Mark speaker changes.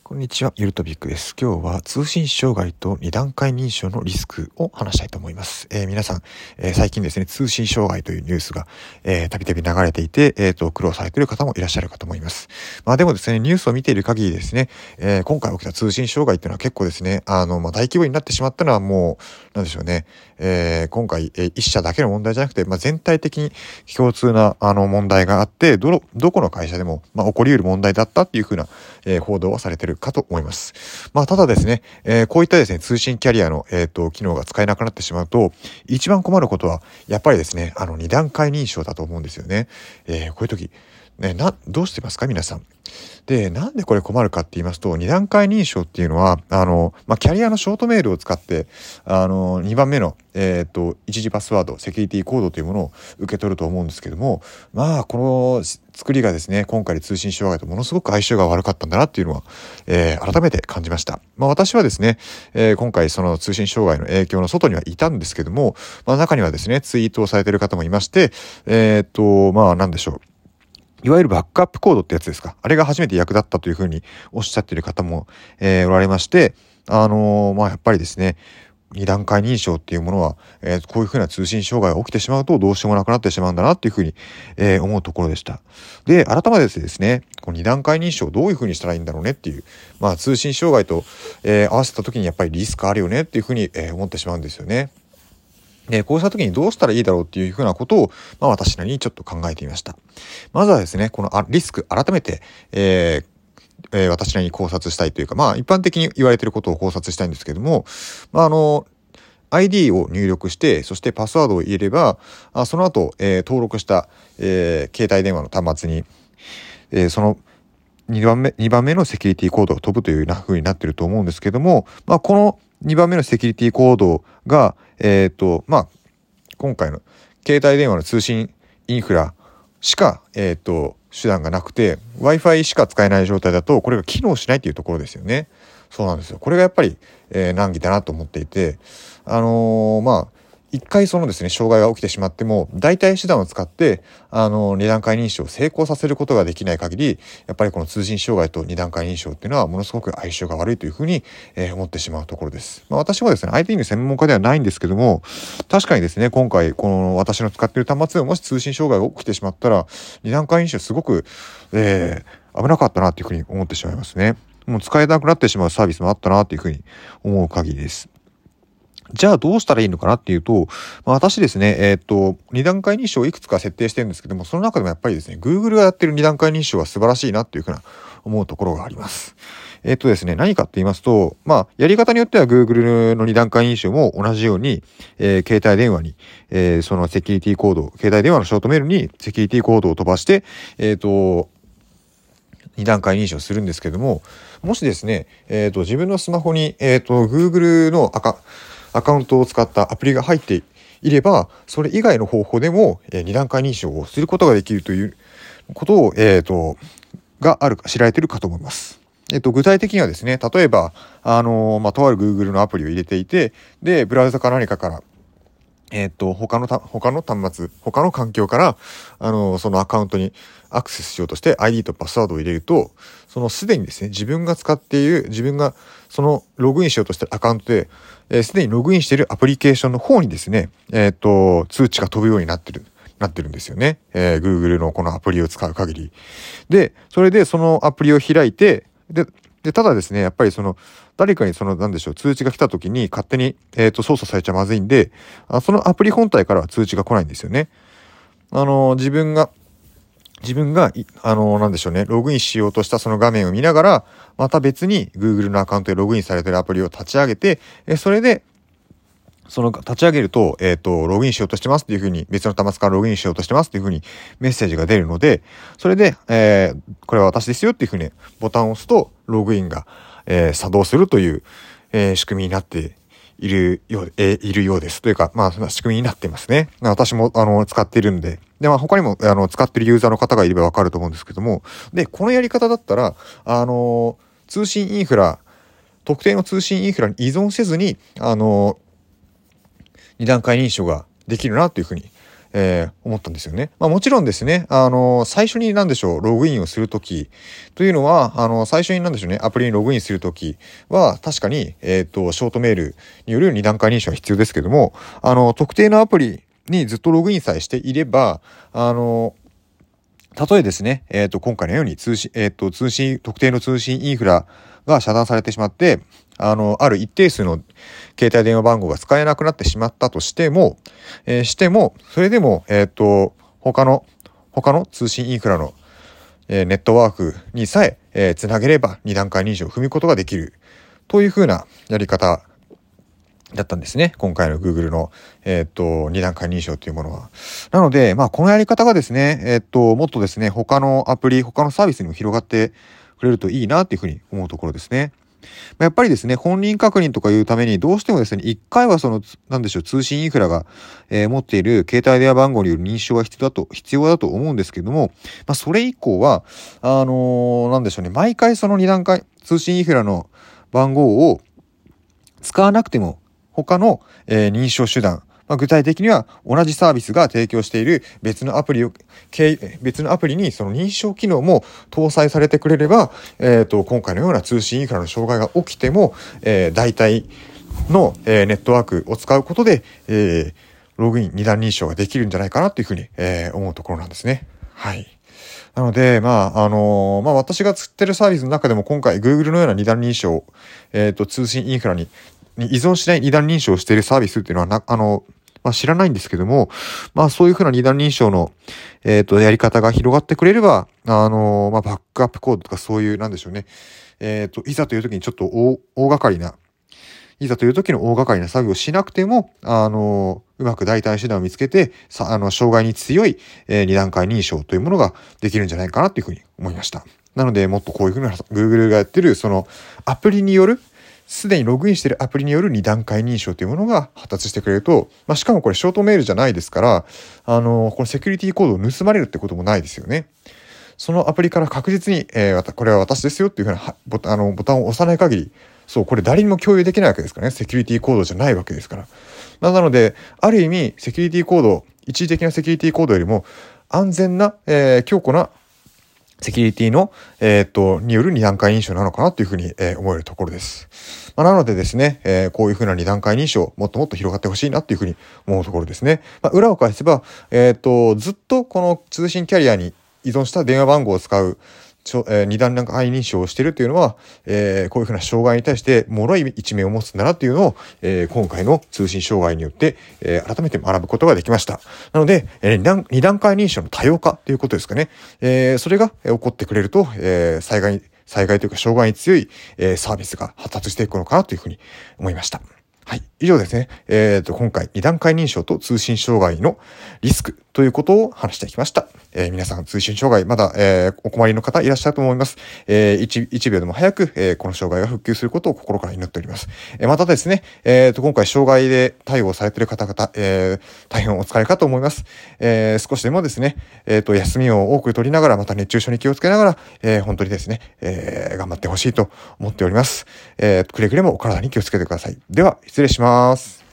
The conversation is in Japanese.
Speaker 1: こんにちは、ゆるトピックです。今日は通信障害と二段階認証のリスクを話したいと思います。皆さん、最近ですね、通信障害というニュースが、たびたび流れていて、苦労されている方もいらっしゃるかと思います。でもですね、ニュースを見ている限りですね、今回起きた通信障害っていうのは結構ですね、大規模になってしまったのはもう、なんでしょうね、今回、一社だけの問題じゃなくて、全体的に共通な、問題があって、どこの会社でも、起こり得る問題だったっていうふうな、報道はされているかと思います。ただですね、こういったですね、通信キャリアの、機能が使えなくなってしまうと、一番困ることは、やっぱりですね、二段階認証だと思うんですよね。こういう時、ね、どうしてますか皆さん。で、なんでこれ困るかって言いますと、二段階認証っていうのは、キャリアのショートメールを使って、2番目の、一時パスワード、セキュリティコードというものを受け取ると思うんですけども、この作りがですね、今回通信障害とものすごく相性が悪かったんだなっていうのは、改めて感じました。私はですね、今回その通信障害の影響の外にはいたんですけども、中にはですね、ツイートをされている方もいまして、なんでしょう。いわゆるバックアップコードってやつですか。あれが初めて役立ったというふうにおっしゃっている方も、おられまして、やっぱりですね、二段階認証っていうものは、こういうふうな通信障害が起きてしまうとどうしようもなくなってしまうんだなっていうふうに、思うところでした。で、改めてですね、この二段階認証をどういうふうにしたらいいんだろうねっていう、通信障害と、合わせた時にやっぱりリスクあるよねっていうふうに、思ってしまうんですよね。こうした時にどうしたらいいだろうっていうふうなことを、私なりにちょっと考えてみました。まずはですね、このリスク改めて、私なりに考察したいというか、一般的に言われていることを考察したいんですけども、ID を入力して、そしてパスワードを入れれば、その後、登録した、携帯電話の端末に、その2番目のセキュリティコードが飛ぶというような風になっていると思うんですけども、この2番目のセキュリティコードが、今回の携帯電話の通信インフラしか、手段がなくて Wi-Fi しか使えない状態だとこれが機能しないというところですよね。そうなんですよ。これがやっぱり、難儀だなと思っていて、一回そのですね、障害が起きてしまっても、代替手段を使って、二段階認証を成功させることができない限り、やっぱりこの通信障害と二段階認証っていうのはものすごく相性が悪いというふうに、思ってしまうところです。私はですね、IT の専門家ではないんですけども、確かにですね、今回、この私の使っている端末でもし通信障害が起きてしまったら、二段階認証すごく、危なかったなというふうに思ってしまいますね。もう使えなくなってしまうサービスもあったなというふうに思う限りです。じゃあどうしたらいいのかなっていうと、私ですね、二段階認証をいくつか設定してるんですけども、その中でもやっぱりですね、Google がやってる二段階認証は素晴らしいなっていうふうな思うところがあります。ですね、何かって言いますと、やり方によっては Google の二段階認証も同じように、携帯電話に、そのセキュリティコード、携帯電話のショートメールにセキュリティコードを飛ばして、二段階認証するんですけども、もしですね、自分のスマホに、Google のアカウントを使ったアプリが入っていれば、それ以外の方法でも、二段階認証をすることができるということを、知られているかと思います。具体的にはですね、例えば、とある Google のアプリを入れていて、で、ブラウザか何かから、他の端末、他の環境から、そのアカウントにアクセスしようとして ID とパスワードを入れると、すでにですね、自分がそのログインしようとしてるアカウントで、すでにログインしているアプリケーションの方にですね、通知が飛ぶようになってるんですよね。Google のこのアプリを使う限り。で、それでそのアプリを開いて、ただですね、やっぱり誰かに通知が来た時に勝手に、操作されちゃまずいんで、そのアプリ本体からは通知が来ないんですよね。自分が、ログインしようとしたその画面を見ながら、また別に Google のアカウントでログインされているアプリを立ち上げて、それで、立ち上げると、ログインしようとしてますっていうふうに、別の端末からログインしようとしてますっていうふうにメッセージが出るので、それで、これは私ですよっていうふうにボタンを押すと、ログインが、作動するという、仕組みになっているようです。というか、そんな仕組みになっていますね。私も、使っているんで。で、他にも、使っているユーザーの方がいればわかると思うんですけども、で、このやり方だったら、特定の通信インフラに依存せずに、二段階認証ができるなというふうに、 思ったんですよね。もちろんですね、最初にログインをするときというのは、最初にアプリにログインするときは、確かに、ショートメールによる2段階認証は必要ですけども、特定のアプリにずっとログインさえしていれば、たとえですね、今回のように特定の通信インフラが遮断されてしまって、ある一定数の携帯電話番号が使えなくなってしまったとしても、それでも、他の通信インフラの、ネットワークにさえつなげれば2段階認証を踏むことができるというふうなやり方だったんですね。今回の Google の、2段階認証というものは。なので、このやり方がですね、もっとですね、他のサービスにも広がってくれるといいなっていうふうに思うところですね。やっぱりですね、本人確認とかいうためにどうしてもですね、一回は通信インフラが、持っている携帯電話番号による認証が必要だと思うんですけども、それ以降は、毎回その2段階通信インフラの番号を使わなくても、他の、認証手段、具体的には同じサービスが提供している別のアプリにその認証機能も搭載されてくれれば、今回のような通信インフラの障害が起きても、代替の、ネットワークを使うことで、ログイン2段認証ができるんじゃないかなというふうに、思うところなんですね。はい。なので、私が釣ってるサービスの中でも今回 Google のような2段認証、通信インフラに依存しない2段認証をしているサービスっていうのは知らないんですけども、そういうふうな2段認証の、やり方が広がってくれれば、バックアップコードとかそういう、いざという時にちょっといざという時の大掛かりな作業をしなくても、うまく代替手段を見つけて、障害に強い、2段階認証というものができるんじゃないかなというふうに思いました。なので、もっとこういうふうな Google がやってる、すでにログインしているアプリによる2段階認証というものが発達してくれると、しかもこれショートメールじゃないですから、このセキュリティコードを盗まれるってこともないですよね。そのアプリから確実に、これは私ですよっていうふうなボタンを押さない限り、これ誰にも共有できないわけですからね。セキュリティコードじゃないわけですから。なので、ある意味、一時的なセキュリティコードよりも安全な、強固なセキュリティの、による2段階認証なのかなというふうに、思えるところです。なのでですね、こういうふうな2段階認証、もっともっと広がってほしいなというふうに思うところですね。裏を返せば、ずっとこの通信キャリアに依存した電話番号を使う、2段階認証をしているというのは、こういうふうな障害に対して脆い一面を持つんだなというのを、今回の通信障害によって、改めて学ぶことができました。なので、2段階認証の多様化ということですかね。それが起こってくれると、災害というか障害に強い、サービスが発達していくのかなというふうに思いました。はい。以上ですね。今回2段階認証と通信障害のリスクということを話してきました。皆さん通信障害まだ、お困りの方いらっしゃると思います。1秒でも早く、この障害が復旧することを心から祈っております。またですね、今回障害で対応されている方々、大変お疲れかと思います。少しでもですね、休みを多く取りながら、また熱中症に気をつけながら、本当にですね、頑張ってほしいと思っております。くれぐれもお体に気をつけてください。では、失礼します。